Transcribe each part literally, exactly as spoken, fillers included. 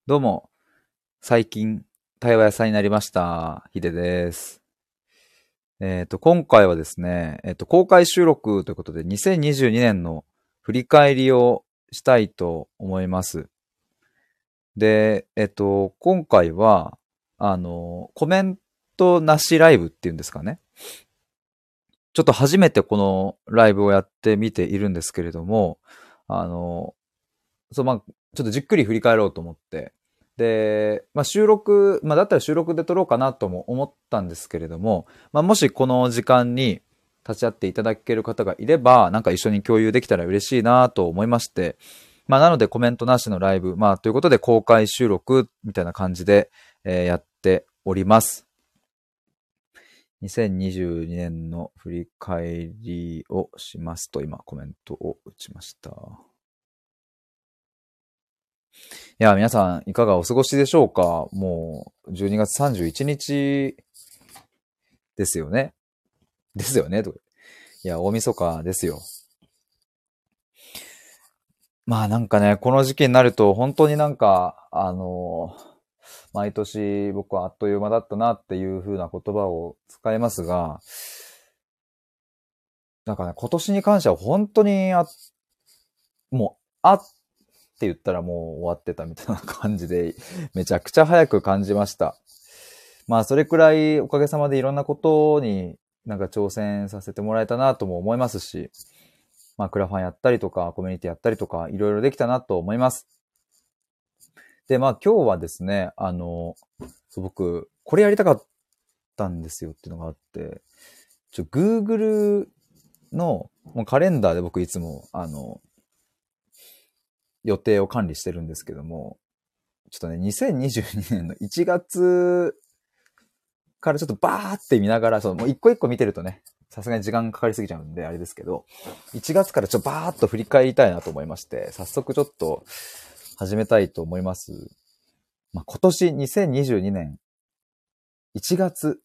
どうも、最近、対話屋さんになりました。ヒデです。えっと、今回はですね、えっと、公開収録ということで、にせんにじゅうにねんの振り返りをしたいと思います。で、えっと、今回は、あの、コメントなしライブっていうんですかね。ちょっと初めてこのライブをやってみているんですけれども、あの、そう、まあ、ちょっとじっくり振り返ろうと思って、で、まあ、収録、まあ、だったら収録で撮ろうかなとも思ったんですけれども、まあ、もしこの時間に立ち会っていただける方がいれば、なんか一緒に共有できたら嬉しいなと思いまして、まあ、なのでコメントなしのライブ、まあ、ということで公開収録みたいな感じで、えーやっております。にせんにじゅうにねんの振り返りをしますと、今コメントを打ちました。いや、皆さん、いかがお過ごしでしょうか？もう、じゅうにがつさんじゅういちにちですよね。ですよねとか。いや、大晦日ですよ。まあなんかね、この時期になると、本当になんか、あのー毎年僕はあっという間だったなっていう風な言葉を使いますが、なんかね、今年に関しては本当にあ、もう、あって言ったらもう終わってたみたいな感じで、めちゃくちゃ早く感じました。まあ、それくらいおかげさまでいろんなことになんか挑戦させてもらえたなとも思いますし、まあ、クラファンやったりとか、コミュニティやったりとか、いろいろできたなと思います。で、まあ、今日はですね、あの、そう僕、これやりたかったんですよっていうのがあって、ちょ、Google のもうカレンダーで僕いつも、あの、予定を管理してるんですけども、ちょっとね、にせんにじゅうにねんのいちがつからちょっとバーって見ながら、そう、もう一個一個見てるとね、さすがに時間かかりすぎちゃうんで、あれですけど、いちがつからちょっとバーっと振り返りたいなと思いまして、早速ちょっと始めたいと思います。まあ、今年にせんにじゅうにねんいちがつ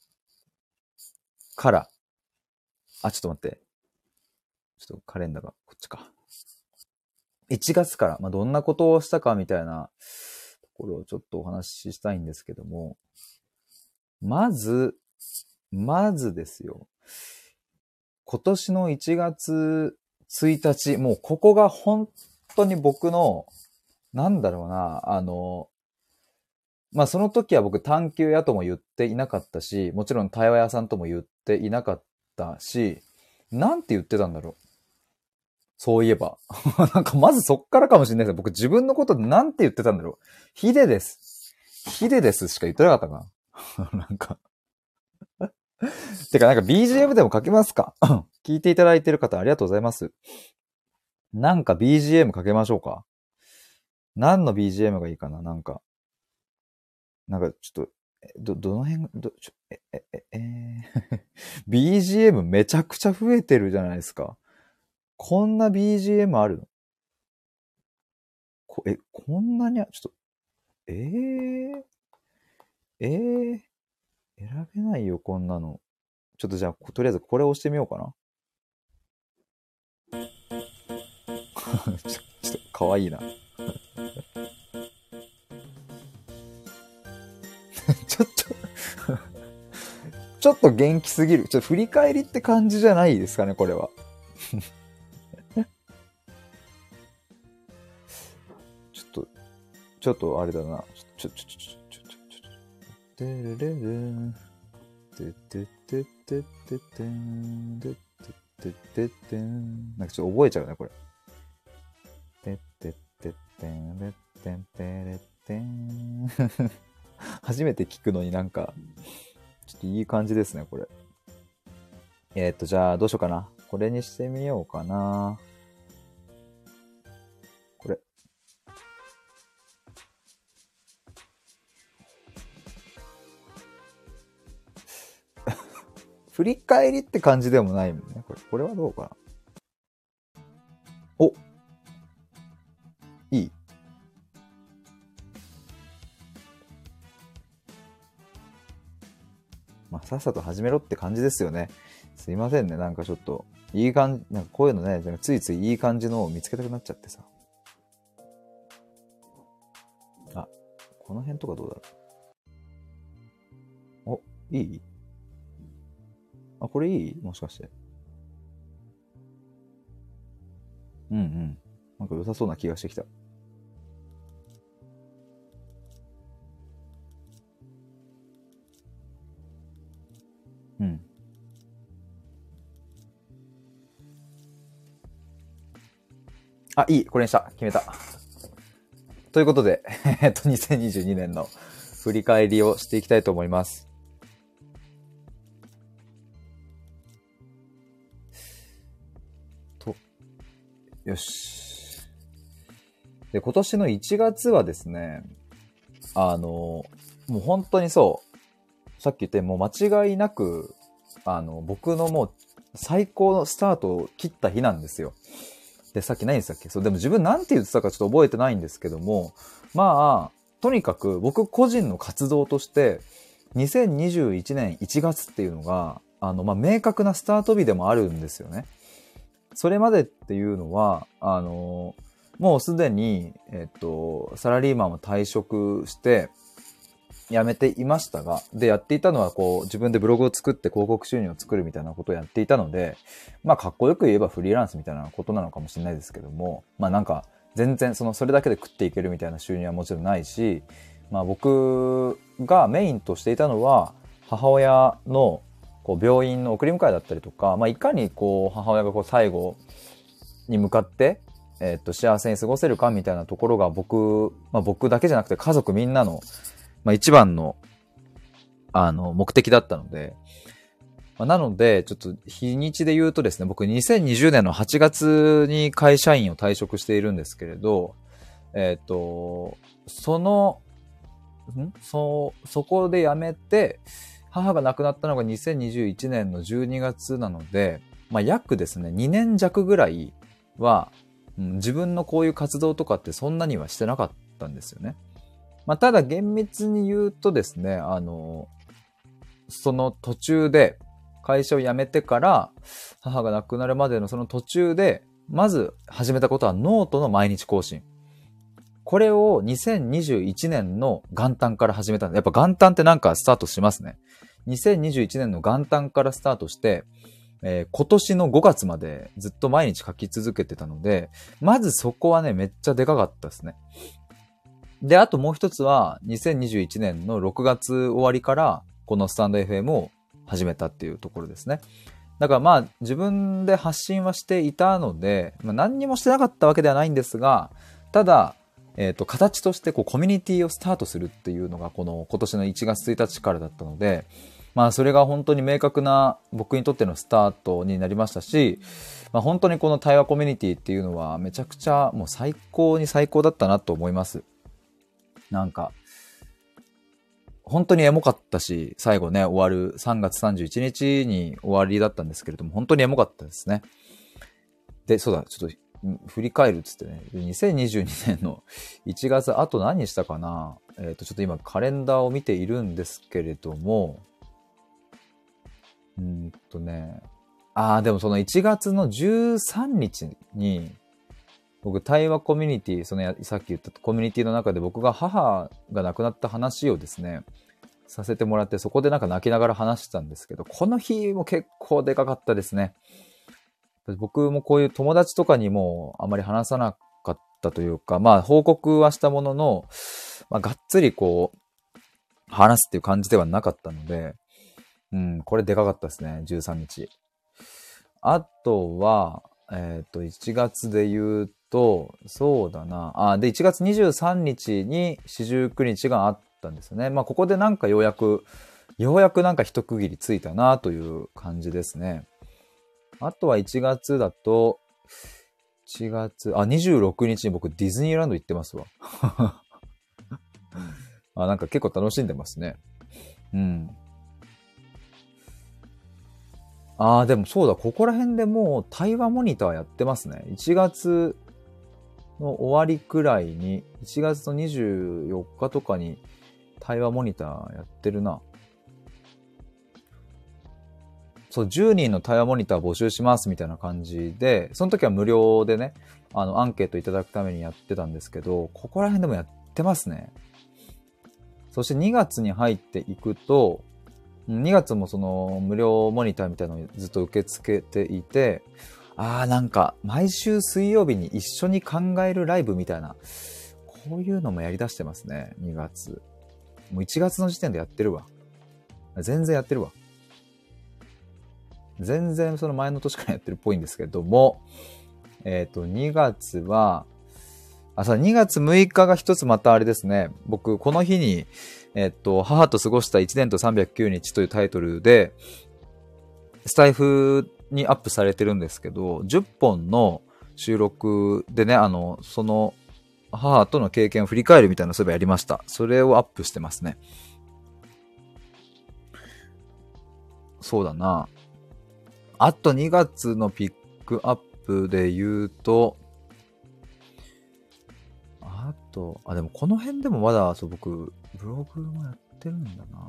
から、あ、ちょっと待って。ちょっとカレンダーがこっちか。いちがつから、まあ、どんなことをしたかみたいなところをちょっとお話ししたいんですけども、まず、まずですよ。今年のいちがつついたち、もうここが本当に僕の、なんだろうな、あの、まあその時は僕探求屋とも言っていなかったし、もちろん対話屋さんとも言っていなかったし、なんて言ってたんだろう。そういえば。なんかまずそっからかもしれないです。僕自分のことなんて言ってたんだろう。ヒデです。ヒデですしか言ってなかったかな。なんか。てかなんか ビージーエム でもかけますか？聞いていただいている方ありがとうございます。なんか ビージーエム かけましょうか？何の ビージーエム がいいかな？なんか、なんかちょっと、ど、どの辺、ど、ちょ、え、え、え、えー、ビージーエム めちゃくちゃ増えてるじゃないですか。こんな ビージーエム あるの？こ、え、こんなにあ、ちょっと、えー、えー、選べないよ、こんなの。ちょっとじゃあ、とりあえずこれ押してみようかな。ちょ、ちょっと、かわいいな。ちょっとちょっと元気すぎる。ちょっと振り返りって感じじゃないですかね、これは。ちょっと、ちょっとあれだな。ちょ、ちょ、ちょ、ちょ、ちょ、ちょ、ちょ、てれれれん。ててててててん。ててててん。なんかちょっと覚えちゃうね、これ。ててててん。ててんてれてん。初めて聞くのになんか、ちょっといい感じですね、これ。えーっと、じゃあ、どうしようかな。これにしてみようかな。これ。振り返りって感じでもないもんね。これ、これはどうかな。お、いい。まあ、さっさと始めろって感じですよね。すいませんね。なんかちょっと、いい感じ、なんかこういうのね、ついついいい感じのを見つけたくなっちゃってさ。あ、 この辺とかどうだろう。お、いい？あ、これいい？もしかして。うんうん。なんか良さそうな気がしてきた。うん。あ、いい。これにした。決めた。ということで、えっと、にせんにじゅうにねんの振り返りをしていきたいと思います。と、よし。で、今年のいちがつはですね、あの、もう本当にそう、さっき言ってもう間違いなく、あの、僕のもう最高のスタートを切った日なんですよ。で、さっき何言ってたっけ？そう、でも自分なんて言ってたかちょっと覚えてないんですけども、まあ、とにかく僕個人の活動として、にせんにじゅういちねんいちがつっていうのが、あの、まあ、明確なスタート日でもあるんですよね。それまでっていうのは、あの、もうすでに、えっと、サラリーマンを退職して、辞めていましたが、で、やっていたのは、こう、自分でブログを作って広告収入を作るみたいなことをやっていたので、まあ、かっこよく言えばフリーランスみたいなことなのかもしれないですけども、まあ、なんか、全然、その、それだけで食っていけるみたいな収入はもちろんないし、まあ、僕がメインとしていたのは、母親の、こう、病院の送り迎えだったりとか、まあ、いかに、こう、母親がこう、最後に向かって、えっと、幸せに過ごせるかみたいなところが僕、まあ、僕だけじゃなくて家族みんなの、まあ、一番の、あの、目的だったので、まあ、なので、ちょっと日にちで言うとですね、僕にせんにじゅうねんのはちがつに会社員を退職しているんですけれど、えっと、その、んそ、そこで辞めて、母が亡くなったのがにせんにじゅういちねんのじゅうにがつなので、まあ、約ですね、にねん弱ぐらいは、うん、自分のこういう活動とかってそんなにはしてなかったんですよね。まあ、ただ厳密に言うとですね、あの、その途中で、会社を辞めてから母が亡くなるまでのその途中で、まず始めたことはノートの毎日更新。これをにせんにじゅういちねんの元旦から始めたんで、やっぱ元旦ってなんかスタートしますね。にせんにじゅういちねんの元旦からスタートして、えー、今年のごがつまでずっと毎日書き続けてたので、まずそこはね、めっちゃでかかったですね。で、あともう一つは、にせんにじゅういちねんのろくがつ終わりから、このスタンド エフエム を始めたっていうところですね。だからまあ、自分で発信はしていたので、まあ、何にもしてなかったわけではないんですが、ただ、えっと、形としてこうコミュニティをスタートするっていうのが、この今年のいちがつついたちからだったので、まあ、それが本当に明確な僕にとってのスタートになりましたし、まあ、本当にこの対話コミュニティっていうのはめちゃくちゃもう最高に最高だったなと思います。なんか、本当にエモかったし、最後ね、終わるさんがつさんじゅういちにちに終わりだったんですけれども、本当にエモかったですね。で、そうだ、ちょっと振り返るっつってね、にせんにじゅうにねんのいちがつ、あと何したかな。えっと、ちょっと今カレンダーを見ているんですけれども、うーんとね、ああ、でもそのいちがつのじゅうさんにちに、僕、対話コミュニティ、そのさっき言ったコミュニティの中で僕が母が亡くなった話をですね、させてもらって、そこでなんか泣きながら話してたんですけど、この日も結構でかかったですね。僕もこういう友達とかにもあまり話さなかったというか、まあ報告はしたものの、まあ、がっつりこう、話すっていう感じではなかったので、うん、これでかかったですね、じゅうさんにち。あとは、えっと、いちがつで言うと、そうだな。あ、で、いちがつにじゅうさんにちに四十九日があったんですよね。まあ、ここでなんかようやく、ようやくなんか一区切りついたなという感じですね。あとはいちがつだと、いちがつ、あ、にじゅうろくにちに僕ディズニーランド行ってますわ。あ、なんか結構楽しんでますね。うん。ああ、でもそうだ、ここら辺でもう対話モニターやってますね。いちがつの終わりくらいに、いちがつのにじゅうよっかとかに対話モニターやってるな。そう、じゅうにんの対話モニター募集しますみたいな感じで、その時は無料でね、あの、アンケートいただくためにやってたんですけど、ここら辺でもやってますね。 そしてにがつに入っていくと、にがつもその無料モニターみたいなのをずっと受け付けていて、あーなんか毎週水曜日に一緒に考えるライブみたいな、こういうのもやり出してますね、にがつ。もういちがつの時点でやってるわ。全然やってるわ。全然その前の年からやってるっぽいんですけども、えっと、にがつは、あ、さ、にがつむいかが一つまたあれですね。僕、この日に、えっと、母と過ごしたいちねんとさんびゃくきゅうにちというタイトルで、スタイフにアップされてるんですけど、じゅっぽんの収録でね、あの、その、母との経験を振り返るみたいなそういえばやりました。それをアップしてますね。そうだな。あとにがつのピックアップで言うと、あと、あ、でもこの辺でもまだ、そう、僕、ブログもやってるんだな。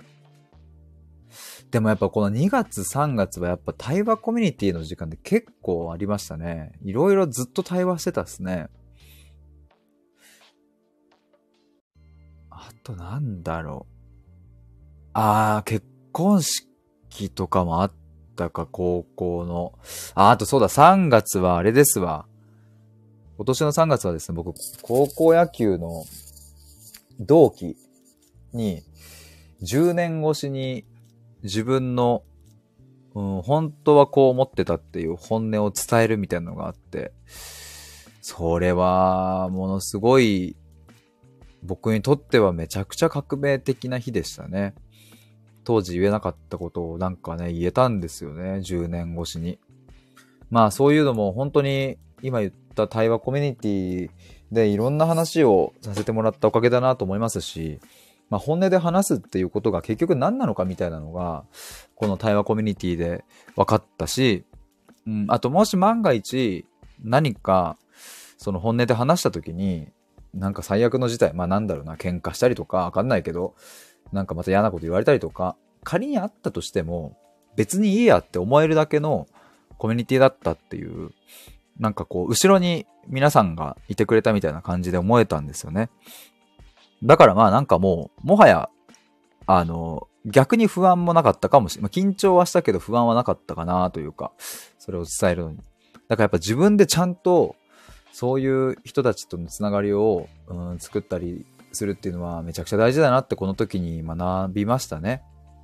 でもやっぱこのにがつさんがつはやっぱ対話コミュニティの時間で結構ありましたね。いろいろずっと対話してたっすね。あとなんだろう。あー、結婚式とかもあったか、高校の。あ、あとそうだ、さんがつはあれですわ。今年のさんがつはですね、僕、高校野球の同期にじゅうねん越しに自分の、うん、本当はこう思ってたっていう本音を伝えるみたいなのがあって、それはものすごい僕にとってはめちゃくちゃ革命的な日でしたね。当時言えなかったことをなんかね、言えたんですよね。じゅうねん越しに。まあそういうのも本当に今言った対話コミュニティでいろんな話をさせてもらったおかげだなと思いますし、まあ本音で話すっていうことが結局何なのかみたいなのが、この対話コミュニティで分かったし、うん、あともし万が一何かその本音で話した時に、なんか最悪の事態、まあなんだろうな、喧嘩したりとかわかんないけど、なんかまた嫌なこと言われたりとか、仮にあったとしても、別にいいやって思えるだけのコミュニティだったっていう、なんかこう、後ろに皆さんがいてくれたみたいな感じで思えたんですよね。だからまあなんかもう、もはや、あの、逆に不安もなかったかもしれない。緊張はしたけど不安はなかったかなというか、それを伝えるのに。だからやっぱ自分でちゃんと、そういう人たちとのつながりを、うん、作ったりするっていうのはめちゃくちゃ大事だなってこの時に学びましたね。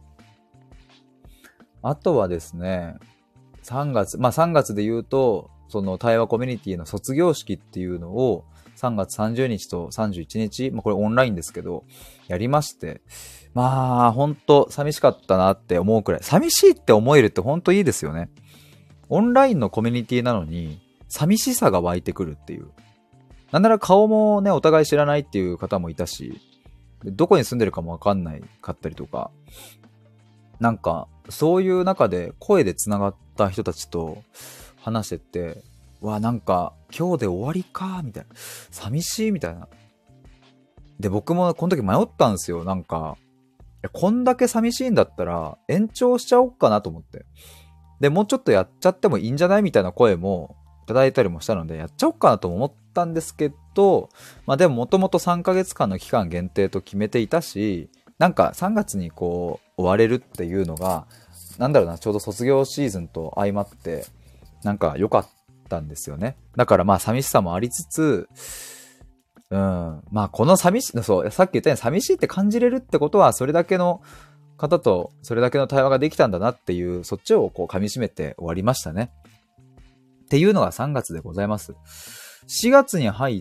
あとはですね、さんがつ、まあさんがつで言うと、その対話コミュニティの卒業式っていうのをさんがつさんじゅうにちとさんじゅういちにち、まあこれオンラインですけど、やりまして、まあほんと寂しかったなって思うくらい、寂しいって思えるってほんといいですよね。オンラインのコミュニティなのに、寂しさが湧いてくるっていう。なんなら顔もね、お互い知らないっていう方もいたし、どこに住んでるかもわかんないかったりとか、なんか、そういう中で声で繋がった人たちと話してって、わ、なんか、今日で終わりか、みたいな。寂しい、みたいな。で、僕もこの時迷ったんですよ。なんか、こんだけ寂しいんだったら延長しちゃおうかなと思って。で、もうちょっとやっちゃってもいいんじゃないみたいな声もいただいたりもしたので、やっちゃおうかなと思ったんですけど、まあでももともとさんかげつかんの期間限定と決めていたし、なんかさんがつにこう終われるっていうのが、なんだろうな、ちょうど卒業シーズンと相まって、なんか良かったんですよね。だからまあ寂しさもありつつ、うん、まあこの寂しい、そう、さっき言ったように寂しいって感じれるってことは、それだけの方とそれだけの対話ができたんだなっていう、そっちをこう噛み締めて終わりましたね。っていうのがさんがつでございます。しがつに入って、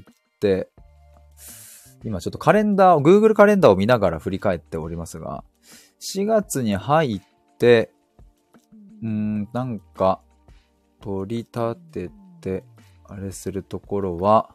今ちょっとカレンダーを、Google カレンダーを見ながら振り返っておりますが、しがつに入って、うーん、なんか、取り立てて、あれするところは、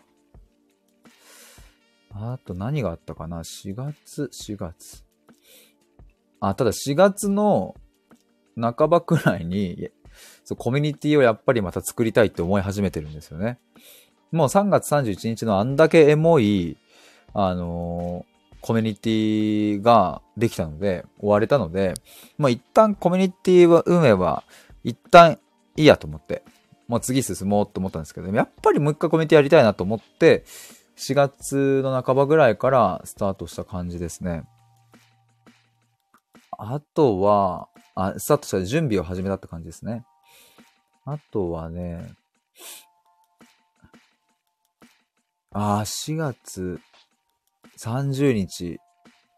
あと何があったかな ?しがつ、しがつ。あ、ただしがつの半ばくらいに、そうコミュニティをやっぱりまた作りたいって思い始めてるんですよね。もうさんがつさんじゅういちにちのあんだけエモい、あのー、コミュニティができたので、終われたので、まあ一旦コミュニティ運営は一旦いいやと思って、もう次進もうと思ったんですけど、やっぱりもう一回コミュニティやりたいなと思って、 しがつの半ばぐらいからスタートした感じですね。あとは、あ、スタートした準備を始めたって感じですね。あとはね、あ、しがつさんじゅうにち、ん ?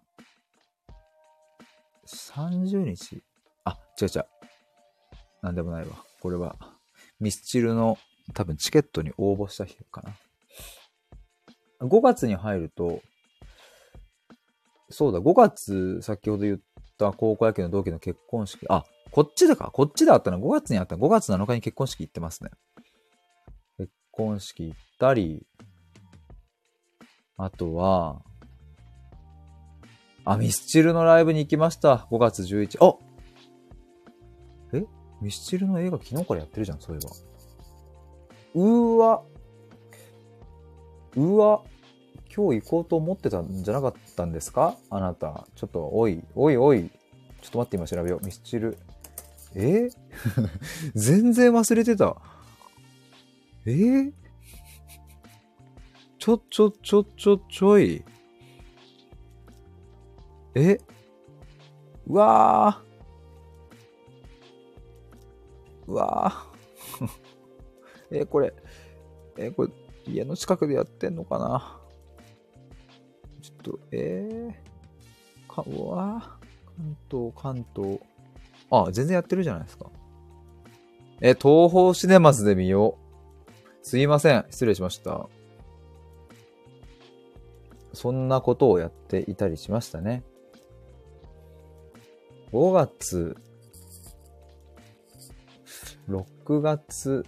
さんじゅうにち? あ、違う違う。なんでもないわ。これは、ミスチルの多分チケットに応募した日かな。ごがつに入ると、そうだ、ごがつ、先ほど言った高校野球の同期の結婚式、あ、こっちだか、こっちであったの、ごがつにあった、ごがつなのかに結婚式行ってますね。結婚式行ったり、あとは、あ、ミスチルのライブに行きました。ごがつじゅういちにち。あえミスチルの映画昨日からやってるじゃん、そういえば。うーわ。うわ。今日行こうと思ってたんじゃなかったんですかあなた。ちょっと、おい、おいおい。ちょっと待って今調べよう。ミスチル。えー、全然忘れてた。えー、ちょ、ちょ、ちょ、ちょ、ちょい。えうわー。うわー。え、これ、え、これ、家の近くでやってんのかなちょっと、えー、か、うわー。関東、関東。あ、全然やってるじゃないですか。え、東宝シネマズで見よう。すいません。失礼しました。そんなことをやっていたりしましたね。ごがつ、ろくがつ、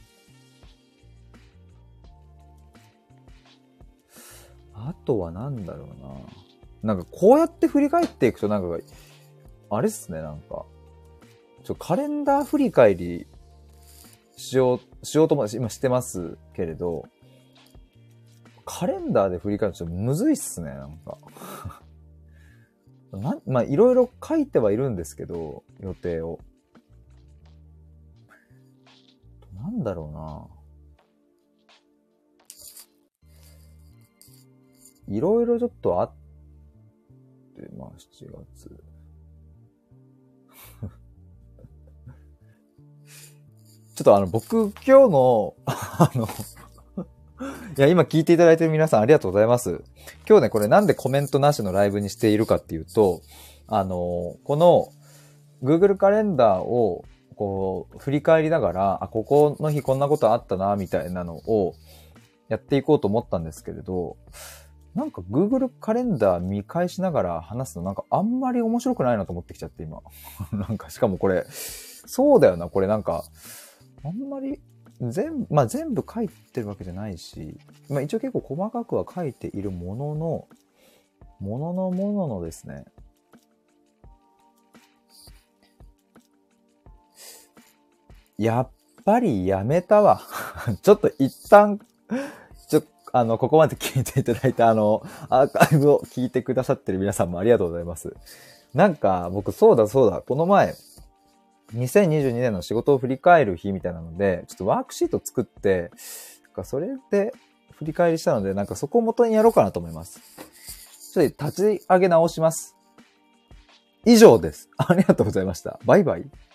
あとはなんだろうな。なんかこうやって振り返っていくとなんか、あれっすね、なんか。ちょ、カレンダー振り返りしよう、しようとも今してますけれど、カレンダーで振り返るとちょっとむずいっすね、なんか。なまあ、いろいろ書いてはいるんですけど、予定を。なんだろうな。いろいろちょっとあって、まあ、しちがつ。ちょっとあの、僕、今日の、あの、いや、今聞いていただいている皆さんありがとうございます。今日ね、これなんでコメントなしのライブにしているかっていうと、あの、この Google カレンダーをこう振り返りながら、あ、ここの日こんなことあったな、みたいなのをやっていこうと思ったんですけれど、なんか Google カレンダー見返しながら話すのなんかあんまり面白くないなと思ってきちゃって今。なんかしかもこれ、そうだよな、これなんか、あんまり全部、まあ全部書いてるわけじゃないし、まあ一応結構細かくは書いているものの、もののもののですね、やっぱりやめたわ。ちょっと一旦、ちょ、あの、ここまで聞いていただいたあの、アーカイブを聞いてくださってる皆さんもありがとうございます。なんか、僕そうだそうだ、この前、にせんにじゅうにねんの仕事を振り返る日みたいなので、ちょっとワークシート作って、それで振り返りしたので、なんかそこを元にやろうかなと思います。ちょっと立ち上げ直します。以上です。ありがとうございました。バイバイ。